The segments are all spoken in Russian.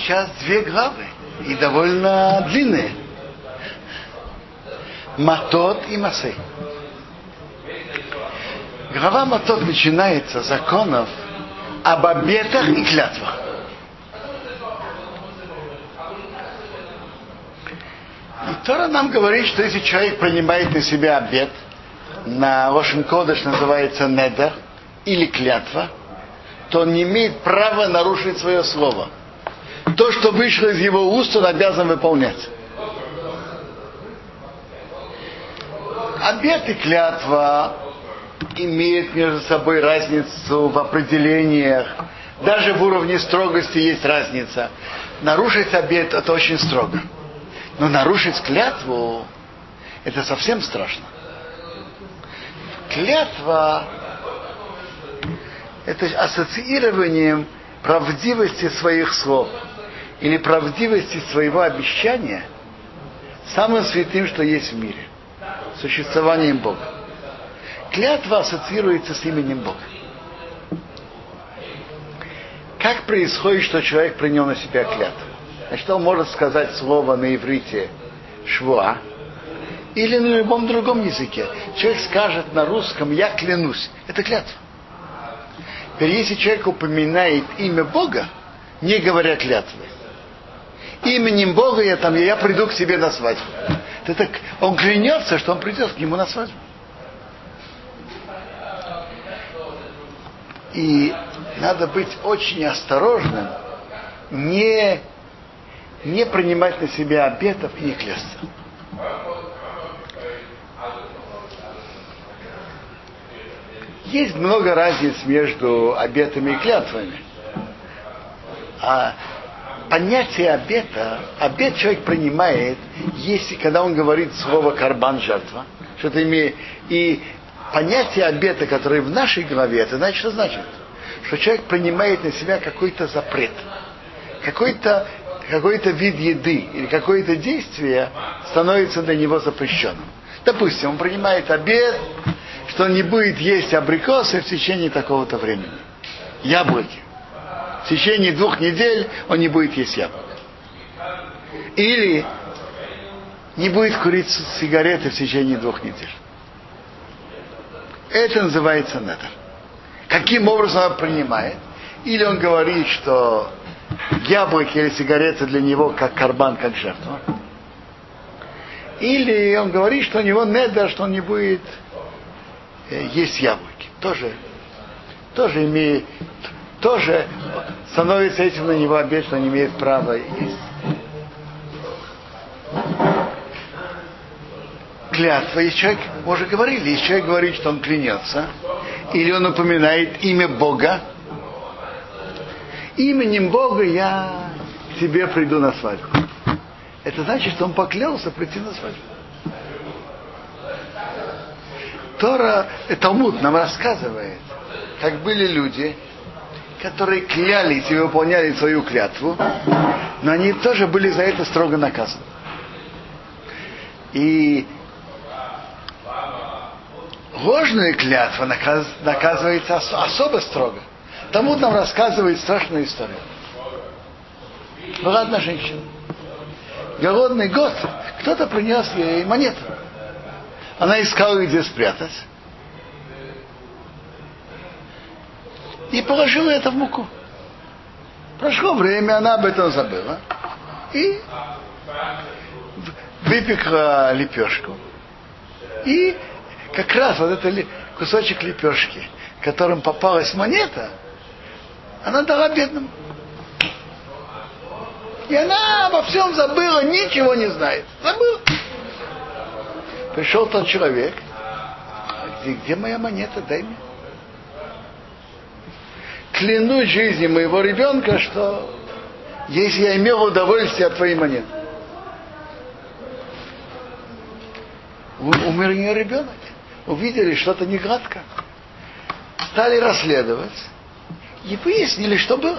сейчас две главы, и довольно длинные. Матот и Масей. Глава Матот начинается с законов об обетах и клятвах. И Тора нам говорит, что если человек принимает на себя обет, на Лошен Кодеш называется недер, или клятва, то он не имеет права нарушить свое слово. То, что вышло из его уст, он обязан выполнять. Обет и клятва имеют между собой разницу в определениях. Даже в уровне строгости есть разница. Нарушить обет – это очень строго. Но нарушить клятву – это совсем страшно. Клятва – это ассоциированием правдивости своих слов или правдивости своего обещания самым святым, что есть в мире – существованием Бога. Клятва ассоциируется с именем Бога. Как происходит, что человек принял на себя клятву? Значит, он может сказать слово на иврите «швуа» или на любом другом языке. Человек скажет на русском «я клянусь». Это клятва. Теперь, если человек упоминает имя Бога, не говоря клятвы, именем Бога я приду к себе на свадьбу. Это он клянется, что он придет к нему на свадьбу. И надо быть очень осторожным, не принимать на себя обетов и не клясться. Есть много разниц между обетами и клятвами. А понятие обета, обет человек принимает, если когда он говорит слово карбан жертва, что-то имеет, и понятие обета, которое в нашей голове, это значит, что значит? Что человек принимает на себя какой-то запрет, какой-то вид еды или какое-то действие становится для него запрещенным. Допустим, он принимает обет, что он не будет есть абрикосы в течение такого-то времени. Яблоки. В течение 2 недель он не будет есть яблок. Или не будет курить сигареты в течение 2 недель. Это называется недер. Каким образом он принимает? Или он говорит, что яблоки или сигареты для него как карбан, как жертва. Или он говорит, что у него недер, что он не будет есть яблоки. Тоже становится этим на него обет, что он не имеет права есть. Клятва, если человек, мы уже говорили, если человек говорит, что он клянется, или он упоминает имя Бога, именем Бога я к тебе приду на свадьбу. Это значит, что он поклялся прийти на свадьбу. Тора, Талмуд нам рассказывает, как были люди, которые клялись и выполняли свою клятву, но они тоже были за это строго наказаны. И ложная клятва наказывается особо строго. Талмуд нам рассказывает страшную историю. Была одна женщина. Голодный год, кто-то принес ей монету. Она искала, где спрятать. И положила это в муку. Прошло время, она об этом забыла. И выпекла лепешку. И как раз вот этот кусочек лепешки, которым попалась монета, она дала бедному. И она обо всем забыла, ничего не знает. Забыла. Пришел тот человек. Где моя монета? Дай мне. Клянусь жизнью моего ребенка, что если я имел удовольствие от твоей монеты. Умер ее ребенок. Увидели что-то негладко. Стали расследовать. И выяснили, что было.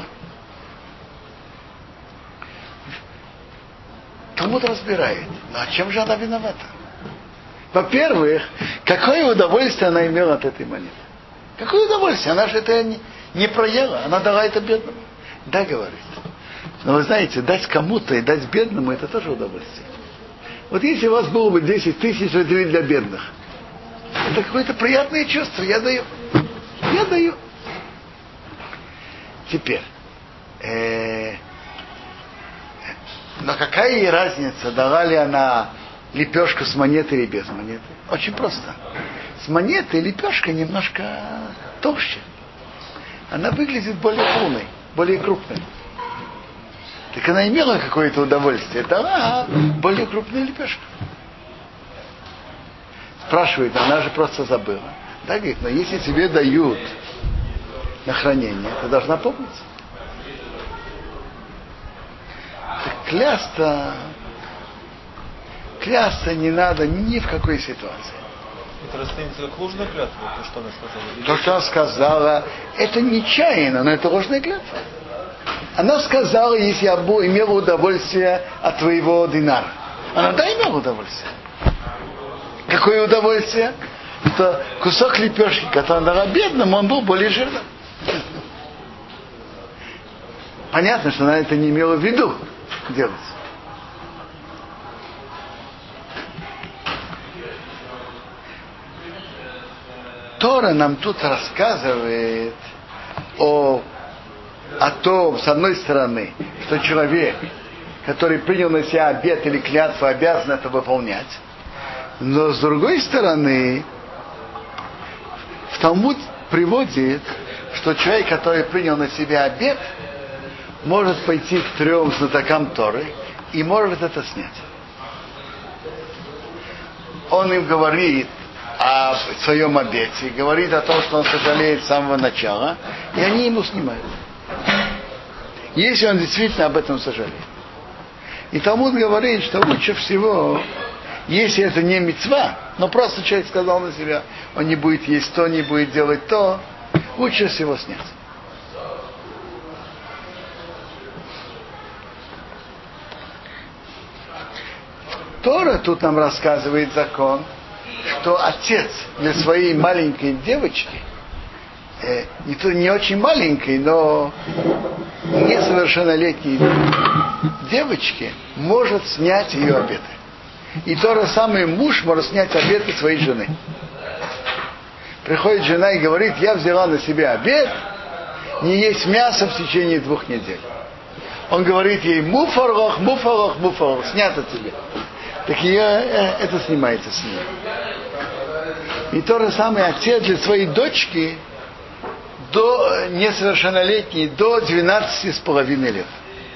Кому-то разбирает. Ну а чем же она виновата? Во-первых, какое удовольствие она имела от этой монеты? Какое удовольствие? Она же это не проела. Она дала это бедному. Да, говорит. Но вы знаете, дать кому-то и дать бедному, это тоже удовольствие. Вот если у вас было бы 10 тысяч, это для бедных. Это какое-то приятное чувство. Я даю. Я даю. Теперь. Но какая ей разница, дала ли она лепешку с монетой или без монеты? Очень просто. С монетой лепешка немножко толще. Она выглядит более полной, более крупной. Так она имела какое-то удовольствие. Дала более крупную лепешку. Спрашивает, она же просто забыла. Да, говорит, но если тебе дают на хранение, ты должна помнить. Клясться не надо ни в какой ситуации. Это расценивается как ложная клятва, то, что она сказала? То, что она сказала, это нечаянно, но это ложная клятва. Она сказала, если я имела удовольствие от твоего динара. Она имела удовольствие. Какое удовольствие? Что кусок лепешки, который она дала бедному, он был более жирным. Понятно, что она это не имела в виду делать. Тора нам тут рассказывает о том, с одной стороны, что человек, который принял на себя обет или клятву, обязан это выполнять. Но с другой стороны, в Талмуд приводит, что человек, который принял на себя обет, может пойти к 3 знатокам Торы и может это снять. Он им говорит о своем обете, говорит о том, что он сожалеет с самого начала, и они ему снимают. Если он действительно об этом сожалеет. И Талмуд говорит, что лучше всего, если это не мицва, но просто человек сказал на себя, он не будет есть то, не будет делать то, лучше всего снять. Тора тут нам рассказывает закон, что отец для своей маленькой девочки, не очень маленькой, но несовершеннолетней девочки, может снять ее обеты. И то же самое муж может снять обеты своей жены. Приходит жена и говорит, я взяла на себя обет не есть мясо в течение 2 недель. Он говорит ей, муфарох, муфарох, муфарох, снято тебе. Так это снимается с нее. И то же самое отец для своей дочки до несовершеннолетней, до 12,5 лет.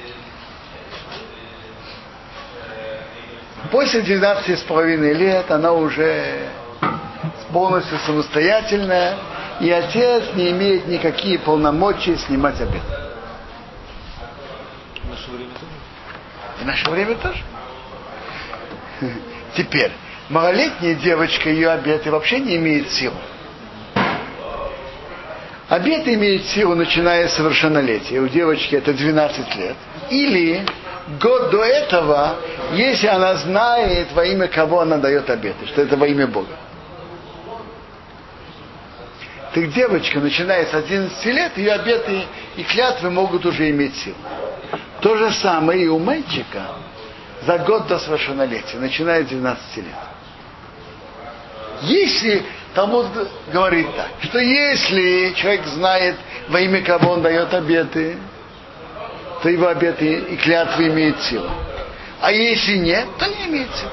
После 12,5 лет она уже полностью самостоятельная, и отец не имеет никаких полномочий снимать обет. В наше время тоже? В наше время тоже. Теперь, малолетняя девочка, ее обеты вообще не имеет силы. Обет имеет силу, начиная с совершеннолетия. У девочки это 12 лет. Или год до этого, если она знает, во имя кого она дает обеты, что это во имя Бога. Так девочка, начиная с 11 лет, ее обеты и клятвы могут уже иметь силу. То же самое и у мальчика за год до совершеннолетия, начиная с 12 лет. Если Талмуд говорит так, что если человек знает, во имя кого он дает обеты, то его обеты и клятвы имеют силу. А если нет, то не имеет силу.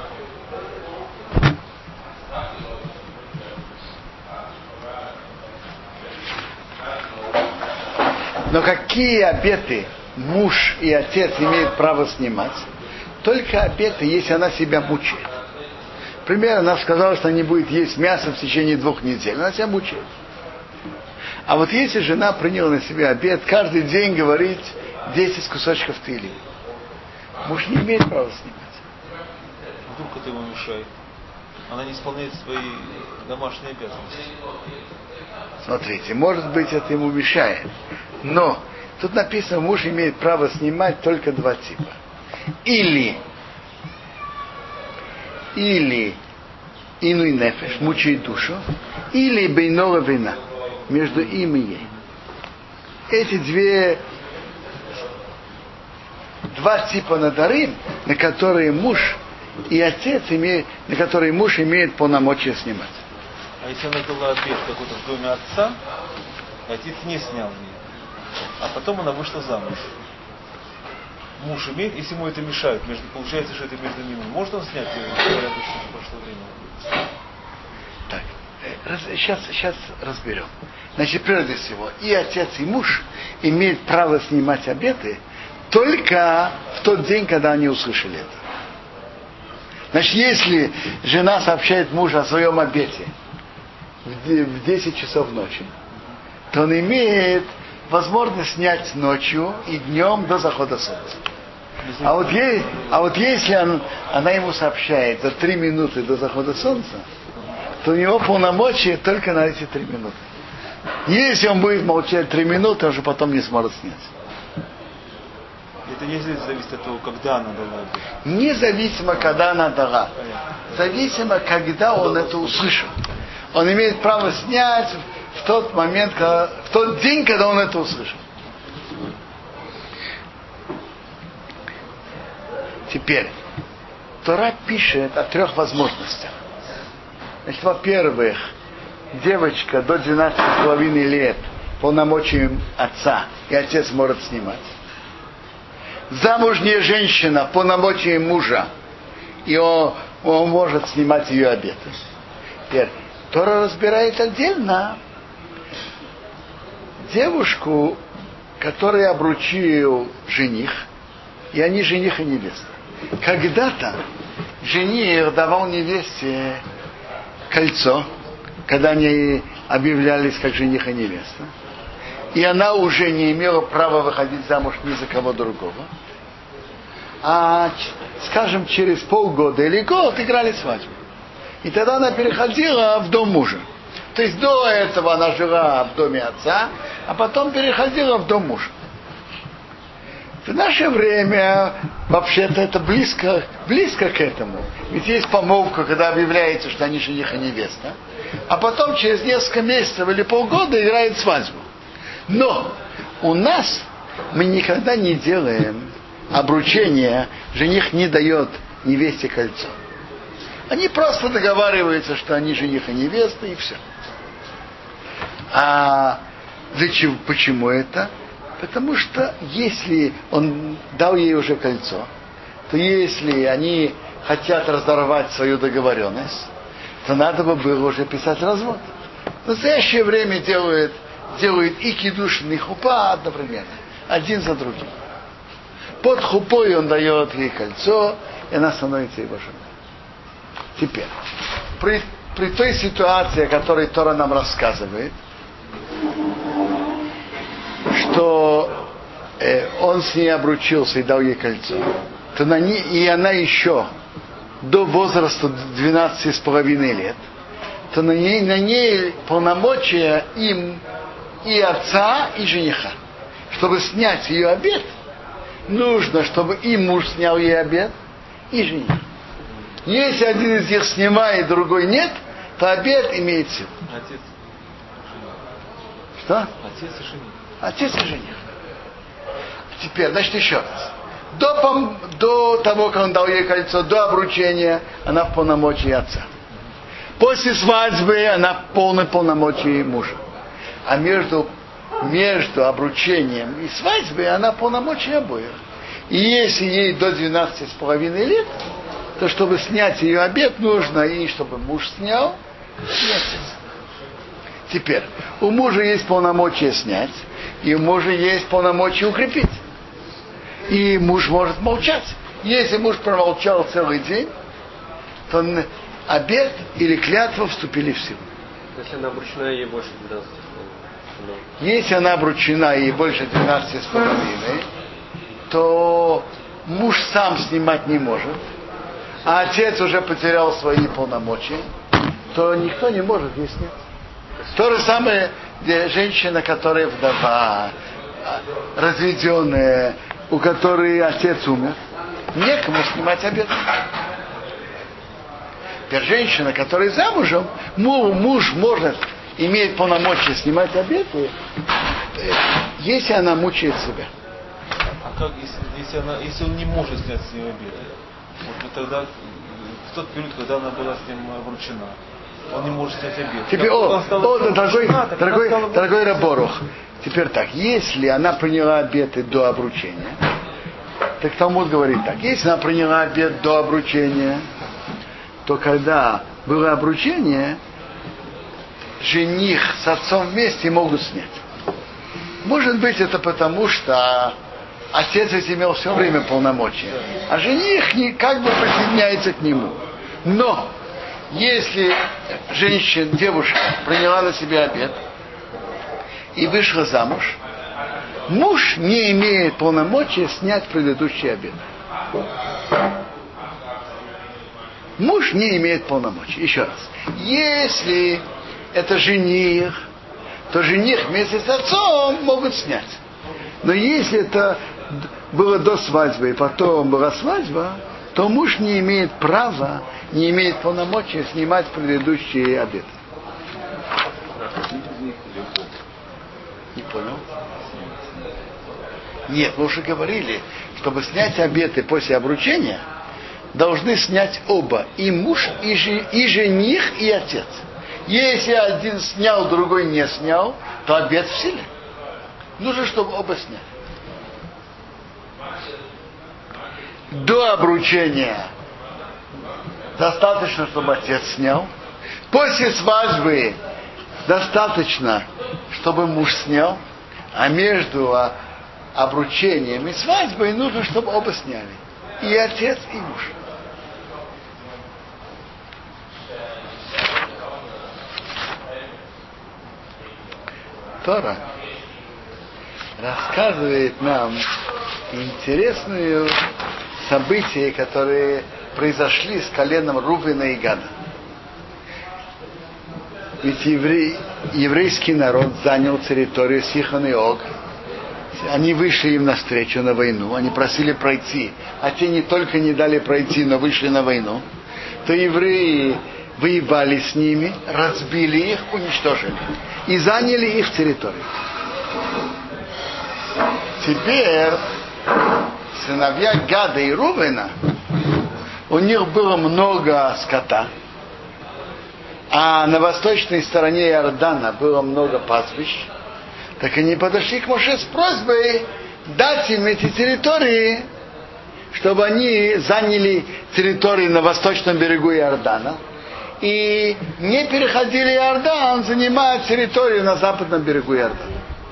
Но какие обеты муж и отец имеют право снимать? Только обеты, если она себя мучает. Например, она сказала, что она не будет есть мясо в течение 2 недель. Она себя мучает. А вот если жена приняла на себя обет, каждый день говорить 10 кусочков тыли, муж не имеет права снимать. Вдруг это ему мешает. Она не исполняет свои домашние обязанности. Смотрите, может быть, это ему мешает. Но тут написано, муж имеет право снимать только 2 типа. Или инуй нефеш, мучает душу, или бейнора вина, между им и ей. Эти 2 два типа надарим, на которые муж и отец на которые муж имеет полномочия снимать. А если она дала обед какой-то в доме отца, и отец не снял ее, а потом она вышла замуж. Муж имеет, если ему это мешает, получается, что это между ними. Может он снять ее, говоря, что прошло время? Так, сейчас разберем. Значит, прежде всего, и отец, и муж имеют право снимать обеты только в тот день, когда они услышали это. Значит, если жена сообщает мужу о своем обете в 10 часов ночи, то он имеет возможность снять ночью и днем до захода солнца. А вот если она ему сообщает за 3 минуты до захода солнца, то у него полномочия только на эти 3 минуты. Если он будет молчать 3 минуты, он же потом не сможет снять. Это не зависит от того, когда она дала. Независимо, когда она дала. Зависимо, когда он это услышал. Он имеет право снять в тот момент, в тот день, когда он это услышал. Теперь, Тора пишет о 3 возможностях. Значит, во-первых, девочка до 12,5 лет полномочием отца, и отец может снимать. Замужняя женщина полномочием мужа, и он может снимать ее обеты. Теперь, Тора разбирает отдельно девушку, которую обручил жених, и они жених и невеста. Когда-то жених давал невесте кольцо, когда они объявлялись как жених и невеста, и она уже не имела права выходить замуж ни за кого другого. А, скажем, через полгода или год играли свадьбу. И тогда она переходила в дом мужа. То есть до этого она жила в доме отца, а потом переходила в дом мужа. В наше время вообще-то это близко к этому. Ведь есть помолвка, когда объявляется, что они жених и невеста, а потом через несколько месяцев или полгода играет свадьбу. Но у нас мы никогда не делаем обручение, жених не дает невесте кольцо. Они просто договариваются, что они жених и невеста, и все. А почему это? Потому что если он дал ей уже кольцо, то если они хотят разорвать свою договоренность, то надо бы было уже писать развод. В настоящее время делают и кидушин, и хупа одновременно, один за другим. Под хупой он дает ей кольцо, и она становится его женой. Теперь, при той ситуации, о которой Тора нам рассказывает, что он с ней обручился и дал ей кольцо, то и она еще до возраста 12,5 лет, то на ней полномочия им и отца, и жениха. Чтобы снять ее обет, нужно, чтобы и муж снял ей обет, и жених. Если один из них снимает, другой нет, то обет имеет силу. Отец. Что? Отец и жених. Отец и жених. Теперь, значит, еще раз. До того, как он дал ей кольцо, до обручения, она в полномочии отца. После свадьбы она в полной полномочии мужа. А между обручением и свадьбой она в полномочии обоих. И если ей до 12,5 лет, то чтобы снять ее обет, нужно и чтобы муж снял, и отец. Теперь, у мужа есть полномочия снять, и у мужа есть полномочия укрепить. И муж может молчать. Если муж промолчал целый день, то обет или клятва вступили в силу. Если она обручена, ей больше 12,5. Если она обручена ей больше 12,5, то муж сам снимать не может, а отец уже потерял свои полномочия, то никто не может ей снять. То же самое женщина, которая вдова, разведенная, у которой отец умер, некому снимать обет. Теперь женщина, которая замужем, муж имеет полномочия снимать обеты, если она мучает себя. как, если он не может снять с нее обет, вот тогда в тот период, когда она была с ним обручена, он не может снять обет. Теперь, дорогой Раборух, теперь так, если она приняла обеты до обручения, так Талмуд говорит так, если она приняла обет до обручения, то когда было обручение, жених с отцом вместе могут снять. Может быть, это потому, что отец ведь имел все время полномочия, а жених как бы присоединяется к нему. Но если девушка приняла на себя обет и вышла замуж, муж не имеет полномочия снять предыдущий обет. Муж не имеет полномочий. Еще раз. Если это жених, то жених вместе с отцом могут снять. Но если это было до свадьбы и потом была свадьба, то муж не имеет права, не имеет полномочия снимать предыдущие обеты. Не понял? Нет, мы уже говорили, чтобы снять обеты после обручения, должны снять оба, и муж, и жених, и отец. Если один снял, другой не снял, то обет в силе. Нужно, чтобы оба сняли. До обручения достаточно, чтобы отец снял. После свадьбы достаточно, чтобы муж снял. А между обручением и свадьбой нужно, чтобы оба сняли. И отец, и муж. Тора рассказывает нам интересные события, которые произошли с коленом Рувена и Гада. Ведь еврейский народ занял территорию Сихон и Ог. Они вышли им навстречу на войну, они просили пройти, а те не только не дали пройти, но вышли на войну. То евреи воевали с ними, разбили их, уничтожили и заняли их территорию. Теперь сыновья Гада и Рувена, у них было много скота, а на восточной стороне Иордана было много пастбищ. Так они подошли к Моше с просьбой дать им эти территории, чтобы они заняли территории на восточном берегу Иордана и не переходили Иордан, занимая территорию на западном берегу Иордана.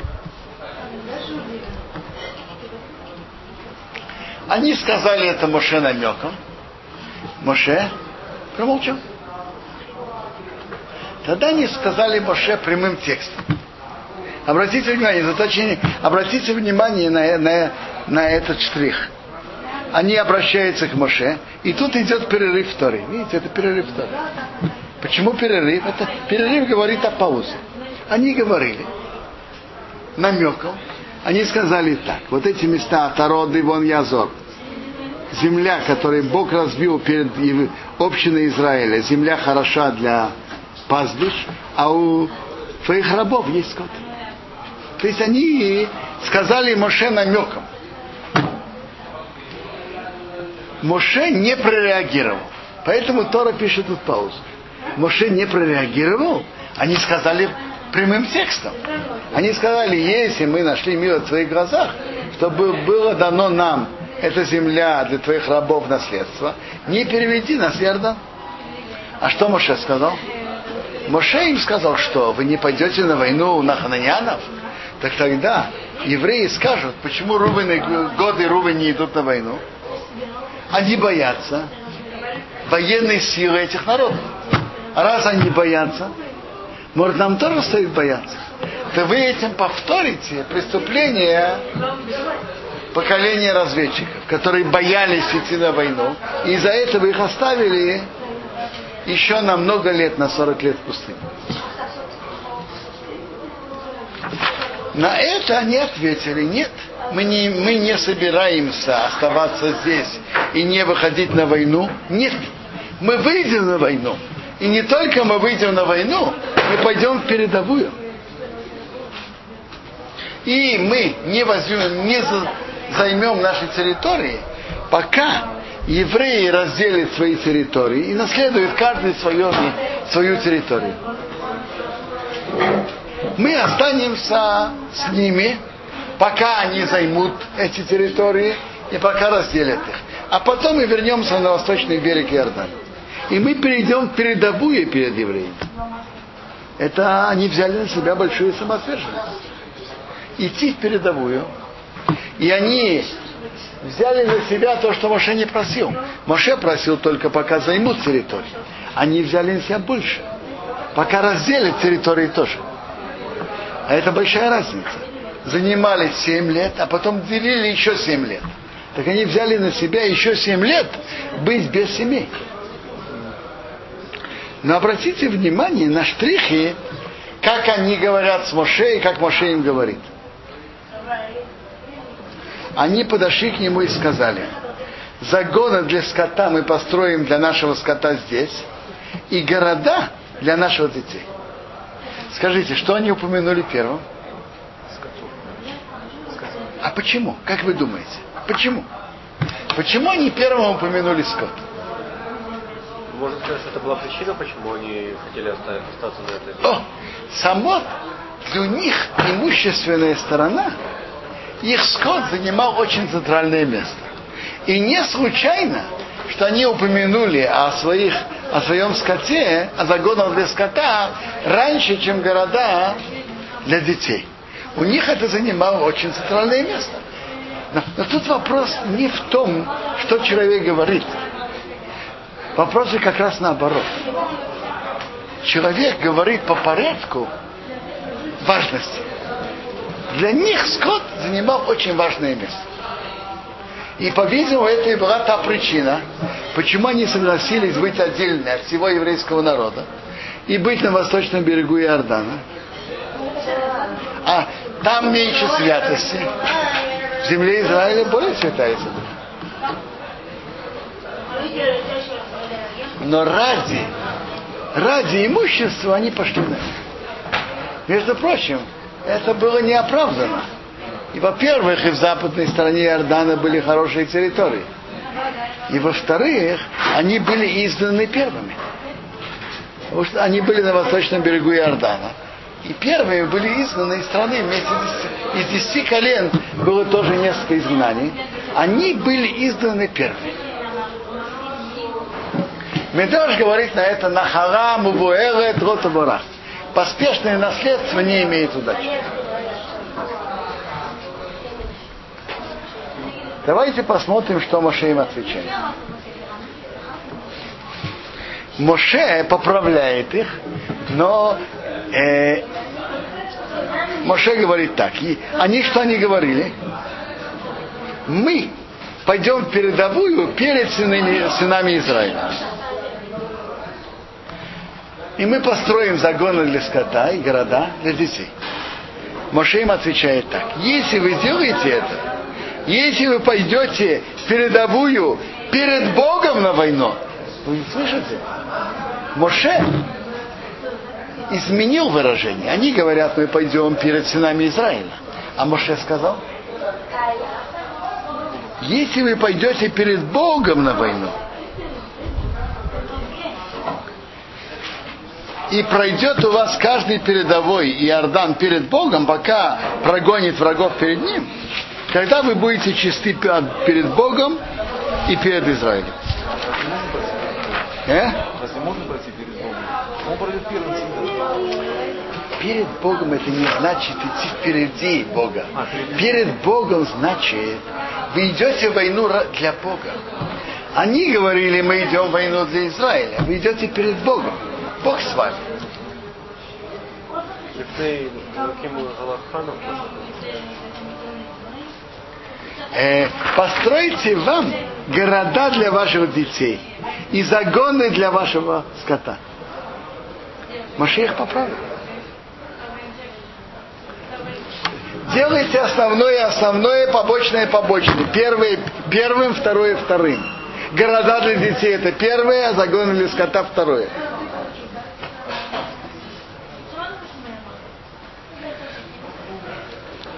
Они сказали это Моше намеком. Моше промолчал. Тогда они сказали Моше прямым текстом. Обратите внимание на этот штрих. Они обращаются к Моше, и тут идет перерыв в Торе. Видите, это перерыв в Торе. Почему перерыв? Это перерыв говорит о паузе. Они говорили намеком. Они сказали так: вот эти места Тарод и Вон Язор, земля, которую Бог разбил перед общиной Израиля, земля хороша для пастбищ, а у твоих рабов есть скот. То есть они сказали Моше намеком. Моше не прореагировал. Поэтому Тора пишет тут паузу. Моше не прореагировал. Они сказали прямым текстом. Они сказали: если мы нашли мир в твоих глазах, чтобы было дано нам эта земля для твоих рабов в наследство, не переведи нас в Иордан. А что Моше сказал? Моше им сказал, что вы не пойдете на войну на хананеянов. Так тогда евреи скажут, почему Гад и Рувен не идут на войну. Они боятся военной силы этих народов. А раз они боятся, может, нам тоже стоит бояться. То вы этим повторите преступление поколения разведчиков, которые боялись идти на войну, и из-за этого их оставили еще на много лет, на 40 лет в пустыне. На это они ответили: нет, мы не собираемся оставаться здесь и не выходить на войну. Нет, мы выйдем на войну. И не только мы выйдем на войну, мы пойдем в передовую. И мы не возьмем, займем наши территории, пока евреи разделят свои территории и наследуют каждый свою территорию. Мы останемся с ними, пока они займут эти территории и пока разделят их. А потом мы вернемся на восточный берег Иордана. И мы перейдем в передовую перед евреями. Это они взяли на себя большую самоотверженность. Идти в передовую. И они взяли на себя то, что Моше не просил. Моше просил только пока займут территорию. Они взяли на себя больше. Пока разделят территории тоже. А это большая разница. Занимались 7 лет, а потом делили еще 7 лет. Так они взяли на себя еще 7 лет быть без семей. Но обратите внимание на штрихи, как они говорят с Моше и как Моше им говорит. Они подошли к нему и сказали: загоны для скота мы построим для нашего скота здесь, и города для наших детей. Скажите, что они упомянули первым? А почему? Как вы думаете? Почему? Почему они первым упомянули скот? Можно сказать, что это была причина, почему они хотели остаться на этой земле? Само для них имущественная сторона, их скот занимал очень центральное место. И не случайно, что они упомянули о своем скоте, о загонах для скота, раньше, чем города для детей. У них это занимало очень центральное место. Но тут вопрос не в том, что человек говорит. Вопрос же как раз наоборот. Человек говорит по порядку важности. Для них скот занимал очень важное место. И, по-видимому, это и была та причина, почему они согласились быть отдельно от всего еврейского народа и быть на восточном берегу Иордана. А там меньше святости. В земле Израиля более святая земля. Но ради имущества они пошли на это. Между прочим, это было неоправданно. И, во-первых, и в западной стороне Иордана были хорошие территории. И, во-вторых, они были изгнаны первыми. Потому что они были на восточном берегу Иордана. И первые были изгнаны из страны вместе из 10 колен было тоже несколько изгнаний. Они были изгнаны первыми. Медраш говорит на это: нахара мувуэрет ротабора. Поспешное наследство не имеет удачи. Давайте посмотрим, что Моше им отвечает. Моше поправляет их, но Моше говорит так. И они что они говорили? Мы пойдем в передовую перед сынами Израиля. И мы построим загоны для скота и города для детей. Моше им отвечает так: если вы делаете это, если вы пойдете в передовую перед Богом на войну, вы слышите? Моше изменил выражение. Они говорят: мы пойдем перед сынами Израиля. А Моше сказал: если вы пойдете перед Богом на войну, и пройдет у вас каждый передовой Иордан перед Богом, пока прогонит врагов перед ним, тогда вы будете чисты перед Богом и перед Израилем. Разве можно пройти перед Богом? Он пройдет первым всегда. Перед Богом это не значит идти впереди Бога. Перед Богом значит, вы идете в войну для Бога. Они говорили: мы идем в войну для Израиля. Вы идете перед Богом. Бог с вами. Постройте вам города для ваших детей и загоны для вашего скота. Моше их поправил. Делайте основное, побочное. Первым, второе вторым. Города для детей это первое, а загоны для скота второе.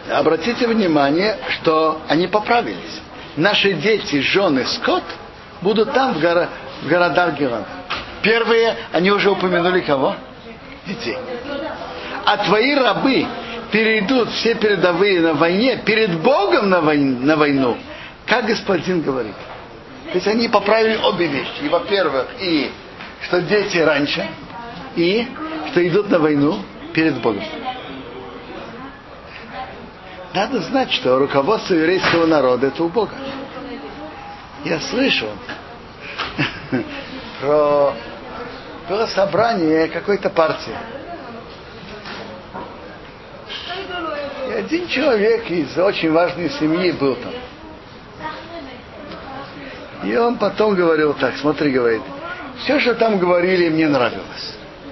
обратите внимание, что они поправились. Наши дети, жены, скот будут там, в городах Герон. Первые, они уже упомянули кого? Детей. А твои рабы перейдут все передовые на войне, перед Богом на войну, как господин говорит. То есть они поправили обе вещи. И, во-первых, и что дети раньше, и что идут на войну перед Богом. Надо знать, что руководство еврейского народа — это у Бога. Я слышал про было собрание какой-то партии. И один человек из очень важной семьи был там. И он потом говорил так, смотри, говорит, все, что там говорили, мне нравилось.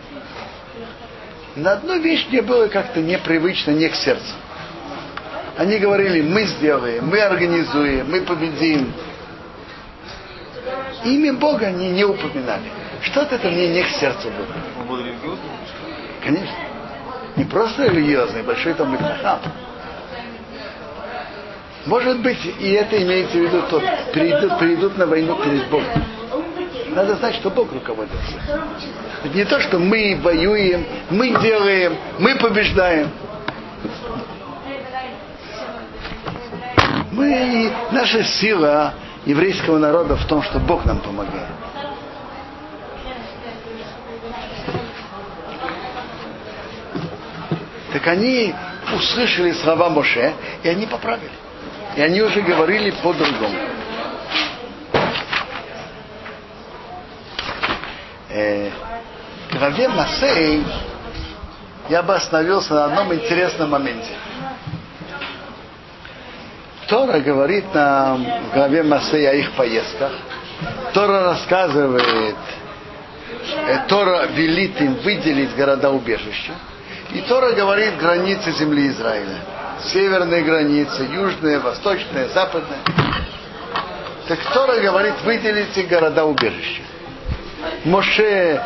На одну вещь мне было как-то непривычно, не к сердцу. Они говорили, мы сделаем, мы организуем, мы победим. Имя Бога они не упоминали. Что-то это мне не к сердцу было. Он был религиозный? Конечно. Не просто религиозный, большой там хахам. Может быть, и это имеется в виду, то перейдут на войну перед Богом. Надо знать, что Бог руководит. Это не то, что мы воюем, мы делаем, мы побеждаем. Наша сила еврейского народа в том, что Бог нам помогает. Так они услышали слова Моше, и они поправили. И они уже говорили по-другому. В главе Масей я бы остановился на одном интересном моменте. Тора говорит нам в главе Масей о их поездках. Тора рассказывает, Тора велит им выделить города-убежища. И Тора говорит границы земли Израиля. Северные границы, южные, восточные, западные. Так Тора говорит, выделите города-убежища. Моше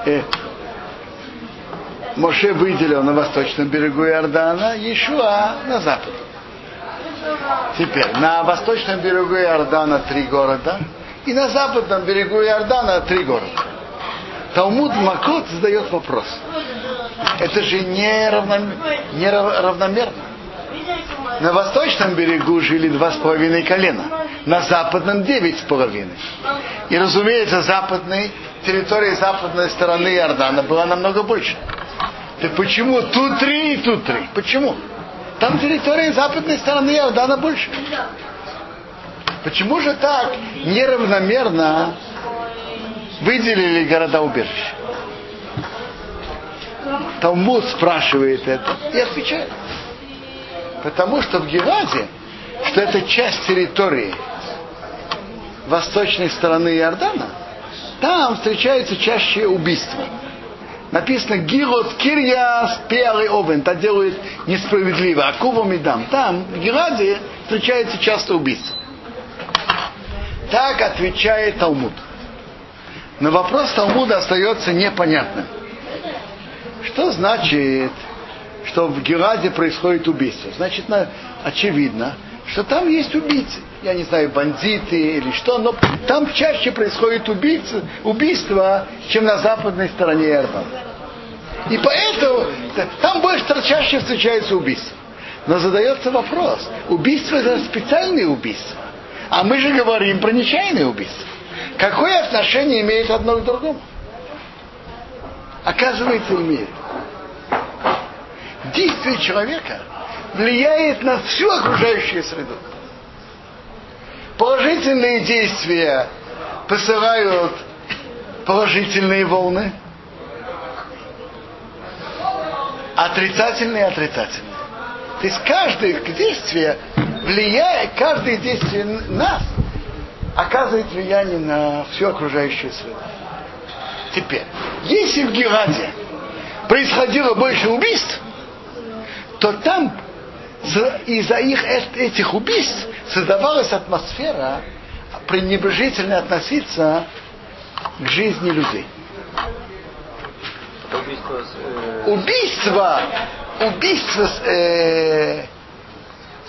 выделил на восточном берегу Иордана, Иешуа на запад. Теперь, на восточном берегу Иордана 3 города, и на западном берегу Иордана 3 города. Талмуд Макот задает вопрос. Это же не равномерно. На восточном берегу жили 2,5 колена, на западном 9,5. И, разумеется, территория западной стороны Иордана была намного больше. Так почему тут 3 и тут 3? Почему? Там территория западной стороны Иордана больше. Почему же так неравномерно выделили города-убежища? Талмуд спрашивает это и отвечает. Потому что в Гиладе, что это часть территории восточной стороны Иордана, там встречаются чаще убийства. Написано «Гирот кирьяс пиары овен», так делают несправедливо, а кувом и дам. Там, в Гиладе, встречается часто убийство. Так отвечает Талмуд. Но вопрос Талмуда остается непонятным. Что значит, что в Гиладе происходит убийство? Значит, очевидно, что там есть убийцы. Я не знаю, бандиты или что, но там чаще происходит убийство, чем на западной стороне Иордана. И поэтому там чаще встречается убийство. Но задается вопрос, убийство — это специальные убийства. А мы же говорим про нечаянные убийства. Какое отношение имеет одно к другому? Оказывается, имеет. Действие человека влияет на всю окружающую среду. Положительные действия посылают положительные волны, отрицательные — отрицательные. То есть каждое действие нас оказывает влияние на всю окружающую среду. Теперь, если в Гиладе происходило больше убийств, то там из-за этих убийств создавалась атмосфера пренебрежительно относиться к жизни людей.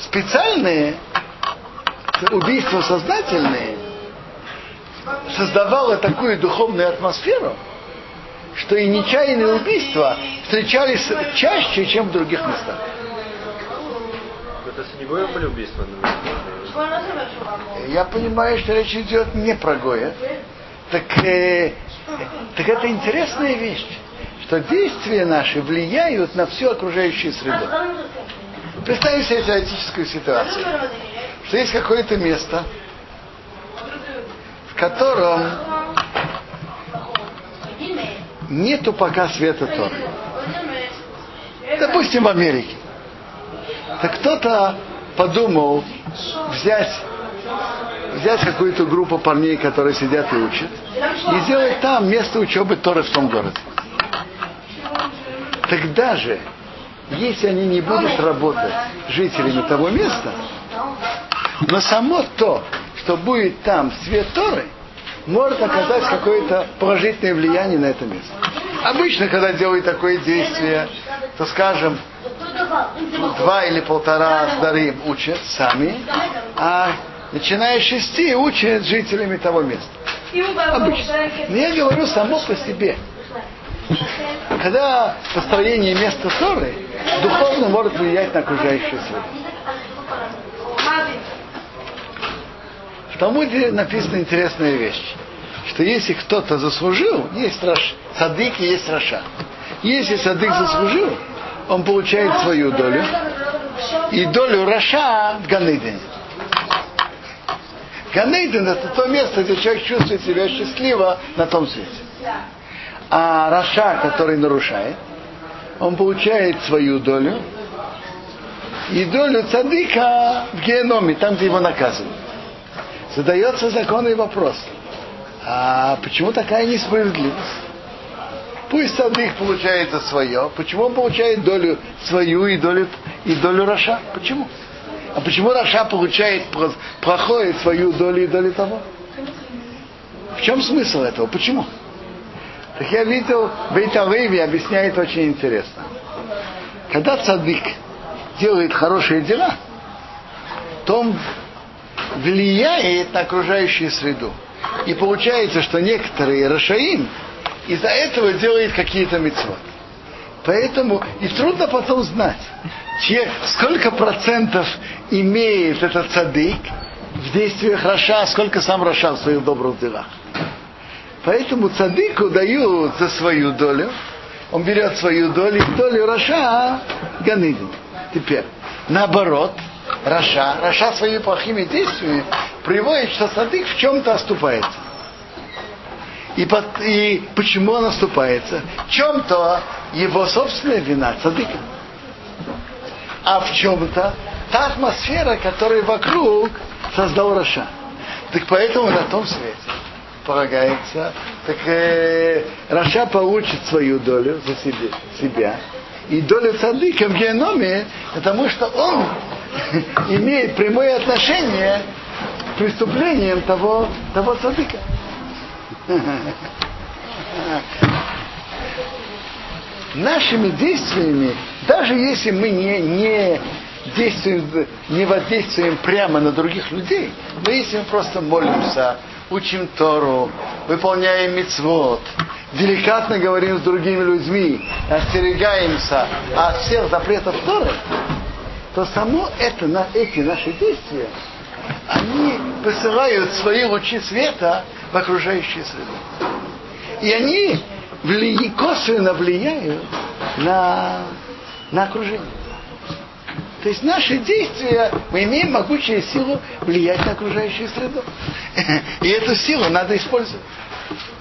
специальные убийства сознательные создавало такую духовную атмосферу, что и нечаянные убийства встречались чаще, чем в других местах. Это с Негоем были убийства? Я понимаю, что речь идет не про Гоя. Так это интересная вещь, что действия наши влияют на всю окружающую среду. Представим себе теоретическую ситуацию, что есть какое-то место, в котором нету пока света Торы. Допустим, в Америке. Так кто-то подумал взять какую-то группу парней, которые сидят и учат, и сделать там место учебы Торы в том городе. Тогда же, если они не будут работать жителями того места, но само то, что будет там свет Торы, может оказать какое-то положительное влияние на это место. Обычно, когда делают такое действие, то, скажем, 2 или 1,5 дарим учат сами, а начиная с 6 учат жителями того места. Обычно. Но я говорю само по себе. Когда построение места Торы духовно может влиять на окружающую среду. В Талмуде написана интересная вещь, что если кто-то заслужил, есть садык и есть раша. Если садык заслужил, он получает свою долю, и долю раша в Ганейдене. Ганейден — это то место, где человек чувствует себя счастливо на том свете. А раша, который нарушает, он получает свою долю, и долю цадыка в геноме, там, где его наказывают. Задается законный вопрос. А почему такая несправедливость? Пусть цадык получает за свое. Почему он получает долю свою и долю раша? Почему? А почему раша проходит свою долю и долю того? В чем смысл этого? Почему? Так я видел, Бейт Алеви объясняет очень интересно. Когда цадык делает хорошие дела, то он влияет на окружающую среду. И получается, что некоторые рашаим из-за этого делают какие-то мицвот. Поэтому и трудно потом знать, сколько процентов имеет этот цадык в действиях раша, сколько сам раша в своих добрых делах. Поэтому цадыку дают за свою долю, он берет свою долю, и долю раша ганидин. Теперь, наоборот, раша своими плохими действиями приводит, что цадык в чем-то оступается. И почему он оступается? В чем-то его собственная вина, цадыка. А в чем-то та атмосфера, которая вокруг создал раша. Так поэтому на том свете полагается, так раша получит свою долю за себя. И долю цадыка в геноме, потому что он имеет прямое отношение к преступлениям того цадыка. Нашими действиями, даже если мы не воздействуем прямо на других людей, но если мы просто молимся, учим Тору, выполняем мицвот, деликатно говорим с другими людьми, остерегаемся от всех запретов Торы, то само эти наши действия, они посылают свои лучи света в окружающую среду. И они косвенно влияют на окружение. То есть наши действия, мы имеем могучую силу влиять на окружающую среду. И эту силу надо использовать.